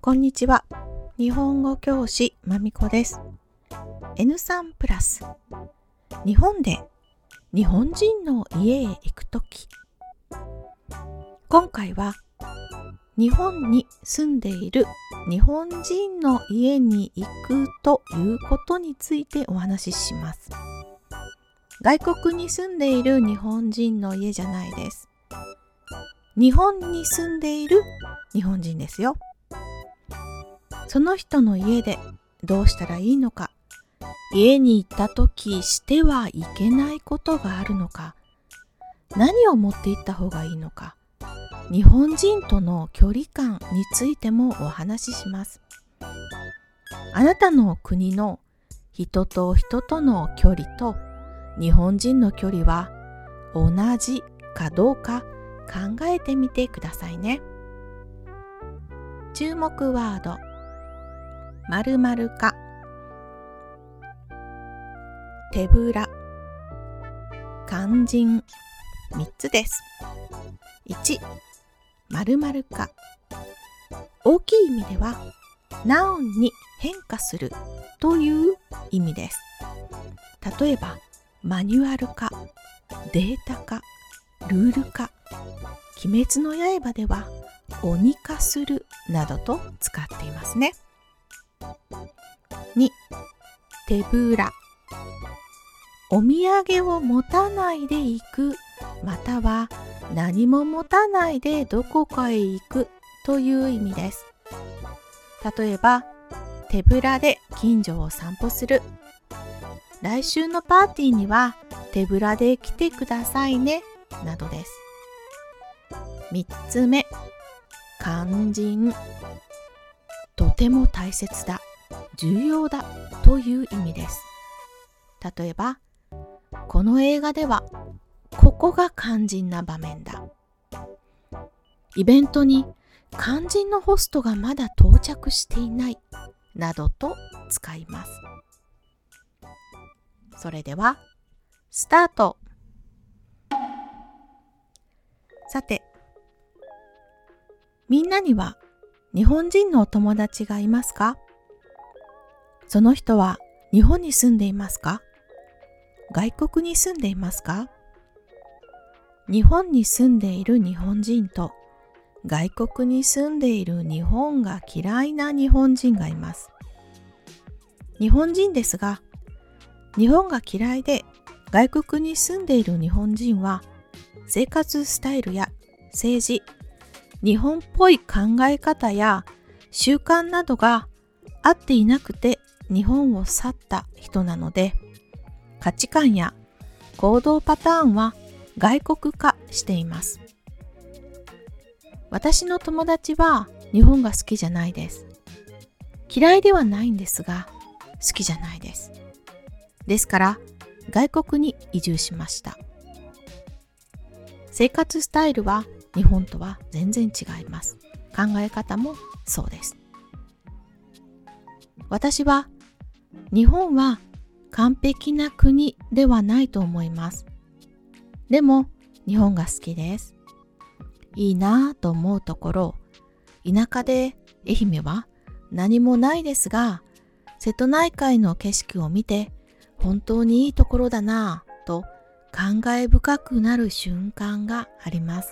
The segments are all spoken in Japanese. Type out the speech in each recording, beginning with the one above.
こんにちは。日本語教師まみこです。N3 プラス。日本で日本人の家へ行くとき。今回は日本に住んでいる日本人の家に行くということについてお話しします。外国に住んでいる日本人の家じゃないです。日本に住んでいる日本人ですよ。その人の家でどうしたらいいのか、家に行ったときしてはいけないことがあるのか、何を持って行った方がいいのか、日本人との距離感についてもお話しします。あなたの国の人と人との距離と日本人の距離は同じかどうか考えてみてくださいね。注目ワード、〇〇か、手ぶら、肝心、3つです。1、〇〇か。大きい意味では、ナウンに変化するという意味です。例えば、マニュアル化、データ化、ルール化、鬼滅の刃では鬼化するなどと使っていますね。2、手ぶら。お土産を持たないで行く、または何も持たないでどこかへ行くという意味です。例えば、手ぶらで近所を散歩する。来週のパーティーには手ぶらで来てくださいね、などです。3つ目、肝心。とても大切だ、重要だという意味です。例えば、この映画ではここが肝心な場面だ。イベントに肝心のホストがまだ到着していないなどと使います。それではスタート。さて、みんなには日本人のお友達がいますか？その人は日本に住んでいますか？外国に住んでいますか？日本に住んでいる日本人と外国に住んでいる日本が嫌いな日本人がいます。日本人ですが、日本が嫌いで外国に住んでいる日本人は生活スタイルや政治、日本っぽい考え方や習慣などが合っていなくて日本を去った人なので、価値観や行動パターンは外国化しています。私の友達は日本が好きじゃないです。嫌いではないんですが、好きじゃないです。ですから外国に移住しました。生活スタイルは日本とは全然違います。考え方もそうです。私は日本は完璧な国ではないと思います。でも日本が好きです。いいなぁと思うところ、田舎で愛媛は何もないですが、瀬戸内海の景色を見て本当にいいところだなぁと感慨深くなる瞬間があります。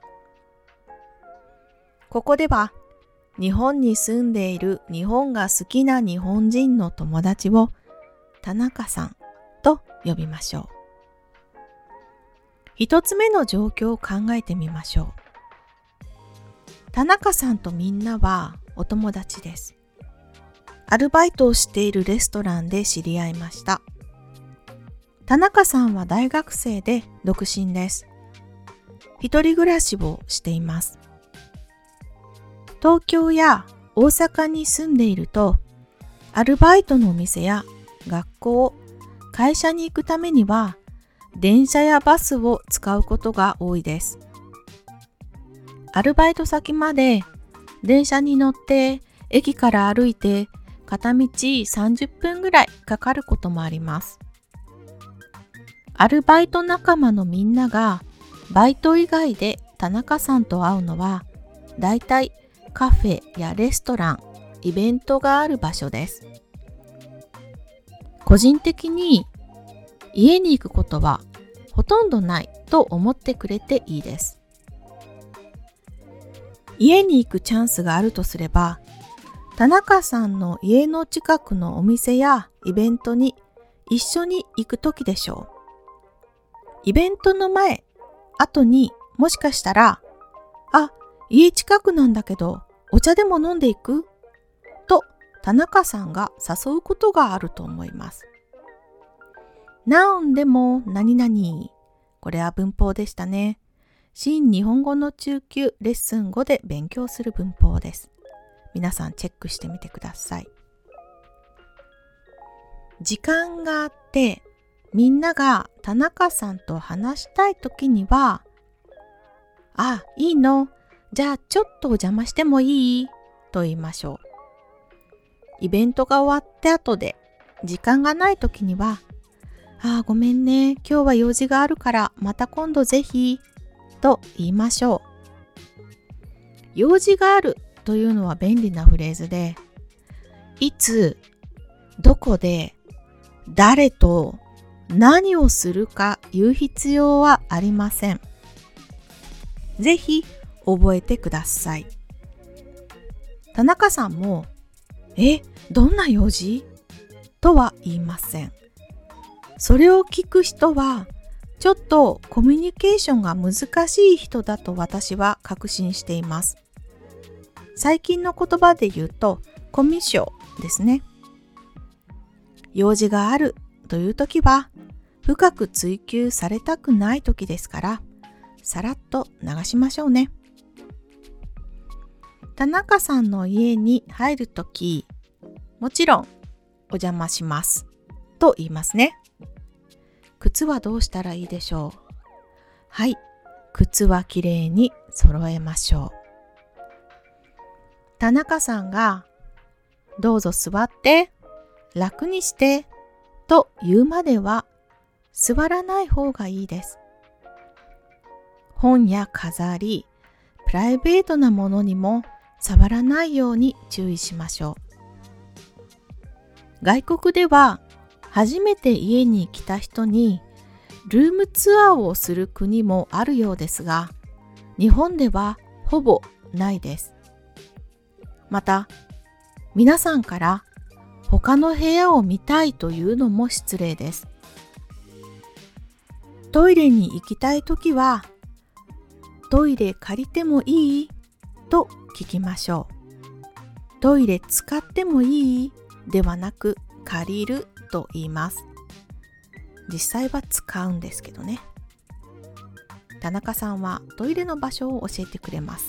ここでは日本に住んでいる日本が好きな日本人の友達を田中さんと呼びましょう。一つ目の状況を考えてみましょう。田中さんとみんなはお友達です。アルバイトをしているレストランで知り合いました。田中さんは大学生で独身です。一人暮らしをしています。東京や大阪に住んでいると、アルバイトのお店や学校、会社に行くためには電車やバスを使うことが多いです。アルバイト先まで電車に乗って駅から歩いて片道30分ぐらいかかることもあります。アルバイト仲間のみんながバイト以外で田中さんと会うのはだいたいカフェやレストラン、イベントがある場所です。個人的に家に行くことはほとんどないと思ってくれていいです。家に行くチャンスがあるとすれば、田中さんの家の近くのお店やイベントに一緒に行くときでしょう。イベントの前、後にもしかしたら、家近くなんだけどお茶でも飲んでいく？と田中さんが誘うことがあると思います。なんでも何々。これは文法でしたね。新日本語の中級レッスン5で勉強する文法です。皆さんチェックしてみてください。時間があってみんなが田中さんと話したいときには、いいの？じゃあちょっとお邪魔してもいい？と言いましょう。イベントが終わって後で時間がないときには、ごめんね、今日は用事があるからまた今度ぜひと言いましょう。用事があるというのは便利なフレーズで、いつ、どこで、誰と何をするか言う必要はありません。ぜひ覚えてください。田中さんも、どんな用事？とは言いません。それを聞く人は、ちょっとコミュニケーションが難しい人だと私は確信しています。最近の言葉で言うと、コミュ障ですね。用事があるという時は、深く追求されたくない時ですから、さらっと流しましょうね。田中さんの家に入るとき、もちろんお邪魔しますと言いますね。靴はどうしたらいいでしょう？はい、靴はきれいに揃えましょう。田中さんがどうぞ座って楽にしてと言うまでは座らない方がいいです。本や飾り、プライベートなものにも触らないように注意しましょう。外国では初めて家に来た人にルームツアーをする国もあるようですが、日本ではほぼないです。また、皆さんから他の部屋を見たいというのも失礼です。トイレに行きたいときは、トイレ借りてもいい？と聞きましょう。トイレ使ってもいい？ではなく、借りると言います。実際は使うんですけどね。田中さんはトイレの場所を教えてくれます。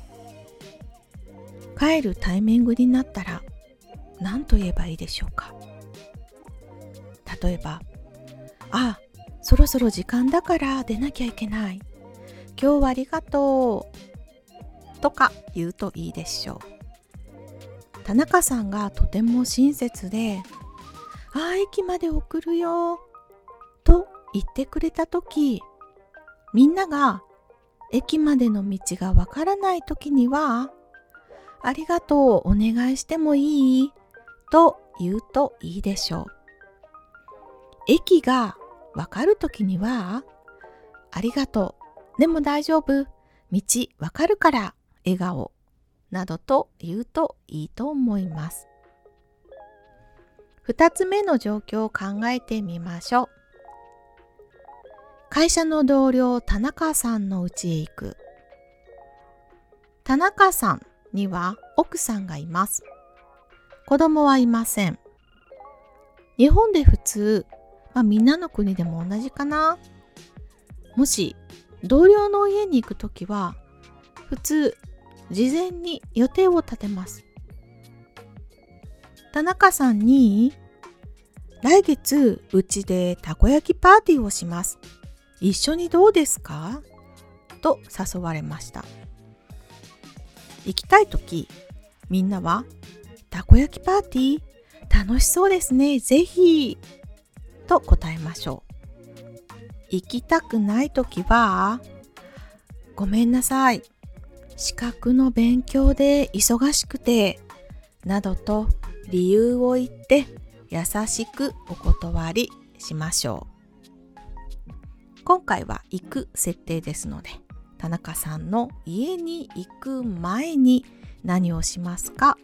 帰るタイミングになったら何と言えばいいでしょうか。例えば、そろそろ時間だから出なきゃいけない。今日はありがとう。とか言うといいでしょう。田中さんがとても親切で、駅まで送るよと言ってくれたとき、みんなが駅までの道がわからないときには、ありがとう、お願いしてもいい？と言うといいでしょう。駅がわかるときには、ありがとう、でも大丈夫、道わかるから笑顔などと言うといいと思います。2つ目の状況を考えてみましょう。会社の同僚田中さんの家へ行く。田中さんには奥さんがいます。子供はいません。日本で普通、みんなの国でも同じかな。もし同僚の家に行くときは、普通事前に予定を立てます。田中さんに、来月うちでたこ焼きパーティーをします。一緒にどうですか？と誘われました。行きたいとき、みんなは、たこ焼きパーティー楽しそうですね、ぜひと答えましょう。行きたくないときは、ごめんなさい、 資格の勉強で忙しくてなどと理由を言って優しくお断りしましょう。今回は行く設定ですので、田中さんの家に行く前に何をしますか？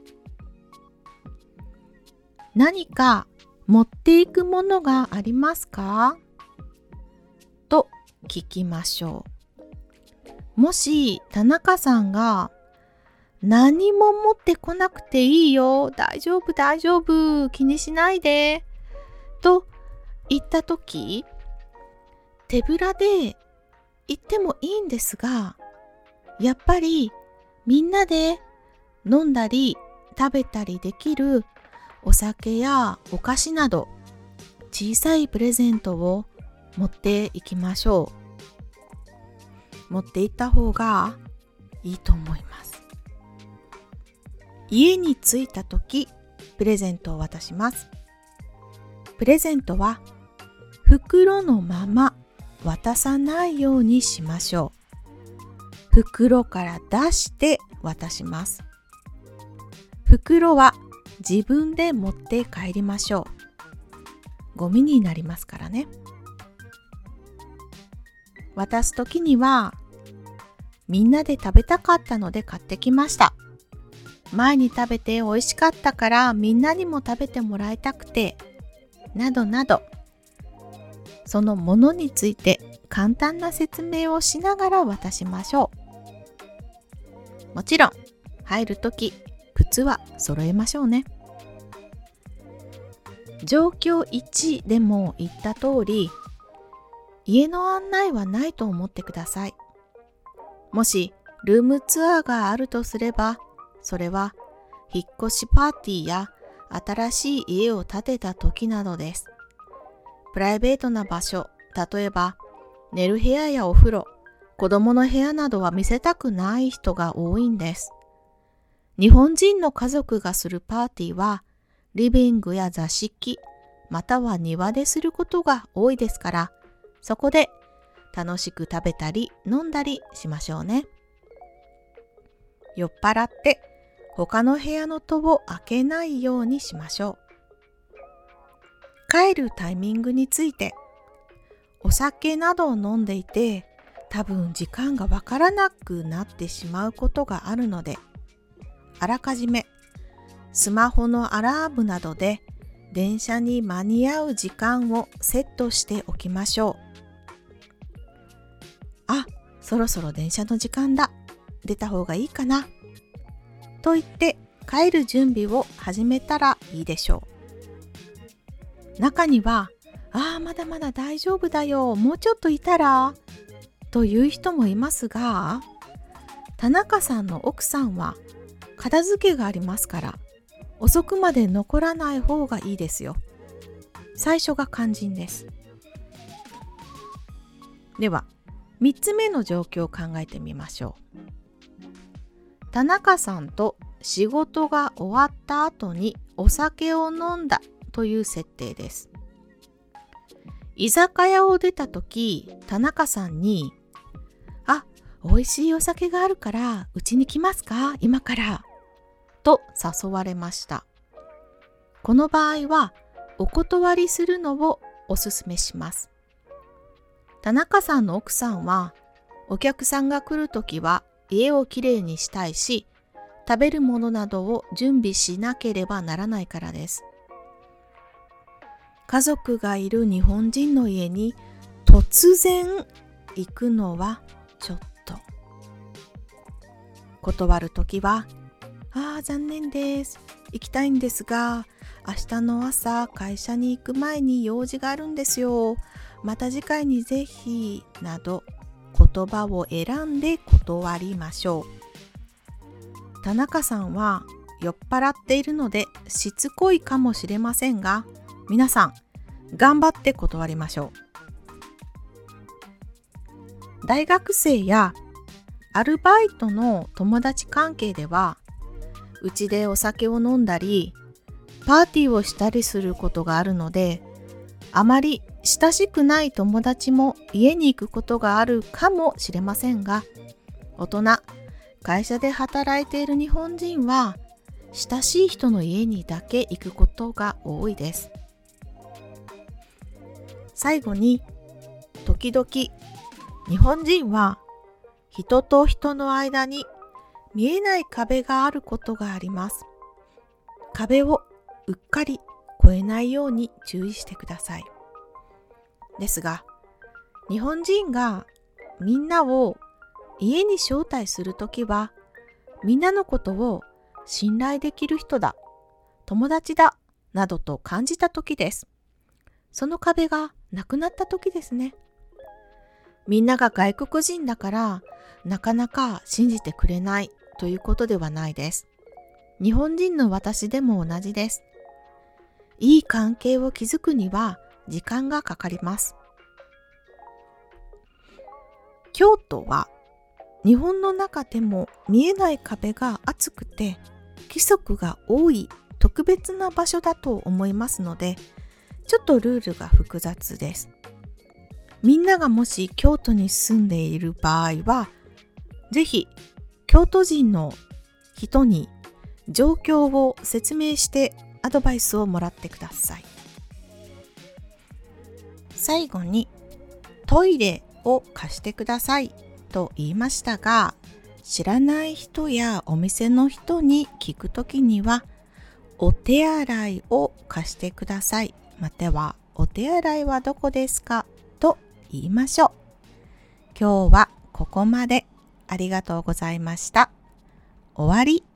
何か持っていくものがありますか？と聞きましょう。もし田中さんが何も持ってこなくていいよ、大丈夫大丈夫、気にしないでと言ったとき、手ぶらで行ってもいいんですが、やっぱりみんなで飲んだり食べたりできるお酒やお菓子など小さいプレゼントを持っていきましょう。持って行った方がいいと思います。家に着いたとき、プレゼントを渡します。プレゼントは袋のまま渡さないようにしましょう。袋から出して渡します。袋は自分で持って帰りましょう。ゴミになりますからね。渡すときには、みんなで食べたかったので買ってきました。前に食べて美味しかったからみんなにも食べてもらいたくて、などなど、そのものについて簡単な説明をしながら渡しましょう。もちろん、入るとき、靴は揃えましょうね。状況1でも言った通り、家の案内はないと思ってください。もしルームツアーがあるとすれば、それは引っ越しパーティーや新しい家を建てた時などです。プライベートな場所、例えば寝る部屋やお風呂、子供の部屋などは見せたくない人が多いんです。日本人の家族がするパーティーは、リビングや座敷、または庭ですることが多いですから、そこで楽しく食べたり飲んだりしましょうね。酔っ払って他の部屋の戸を開けないようにしましょう。帰るタイミングについて、お酒などを飲んでいて、多分時間がわからなくなってしまうことがあるので、あらかじめスマホのアラームなどで電車に間に合う時間をセットしておきましょう。あ、そろそろ電車の時間だ。出た方がいいかな。と言って帰る準備を始めたらいいでしょう。中には、まだまだ大丈夫だよ。もうちょっといたらという人もいますが、田中さんの奥さんは片付けがありますから、遅くまで残らない方がいいですよ。最初が肝心です。では、3つ目の状況を考えてみましょう。田中さんと仕事が終わった後にお酒を飲んだという設定です。居酒屋を出たとき、田中さんに、美味しいお酒があるからうちに来ますか？今からと誘われました。この場合はお断りするのをおすすめします。田中さんの奥さんは、お客さんが来るときは家をきれいにしたいし、食べるものなどを準備しなければならないからです。家族がいる日本人の家に突然行くのはちょっと。断るときは、残念です。行きたいんですが、明日の朝会社に行く前に用事があるんですよ。また次回にぜひ、など言葉を選んで断りましょう。田中さんは酔っ払っているのでしつこいかもしれませんが、皆さん頑張って断りましょう。大学生やアルバイトの友達関係では、うちでお酒を飲んだりパーティーをしたりすることがあるので、あまり親しくない友達も家に行くことがあるかもしれませんが、大人会社で働いている日本人は親しい人の家にだけ行くことが多いです。最後に、時々日本人は人と人の間に見えない壁があることがあります。壁をうっかり越えないように注意してください。ですが、日本人がみんなを家に招待するときは、みんなのことを信頼できる人だ、友達だ、などと感じたときです。その壁がなくなったときですね。みんなが外国人だからなかなか信じてくれないということではないです。日本人の私でも同じです。いい関係を築くには時間がかかります。京都は日本の中でも見えない壁が厚くて規則が多い特別な場所だと思いますので、ちょっとルールが複雑です。みんながもし京都に住んでいる場合は、ぜひ京都人の人に状況を説明してアドバイスをもらってください。最後に、トイレを貸してくださいと言いましたが、知らない人やお店の人に聞くときには、お手洗いを貸してください、またはお手洗いはどこですかと言いましょう。今日はここまで。ありがとうございました。終わり。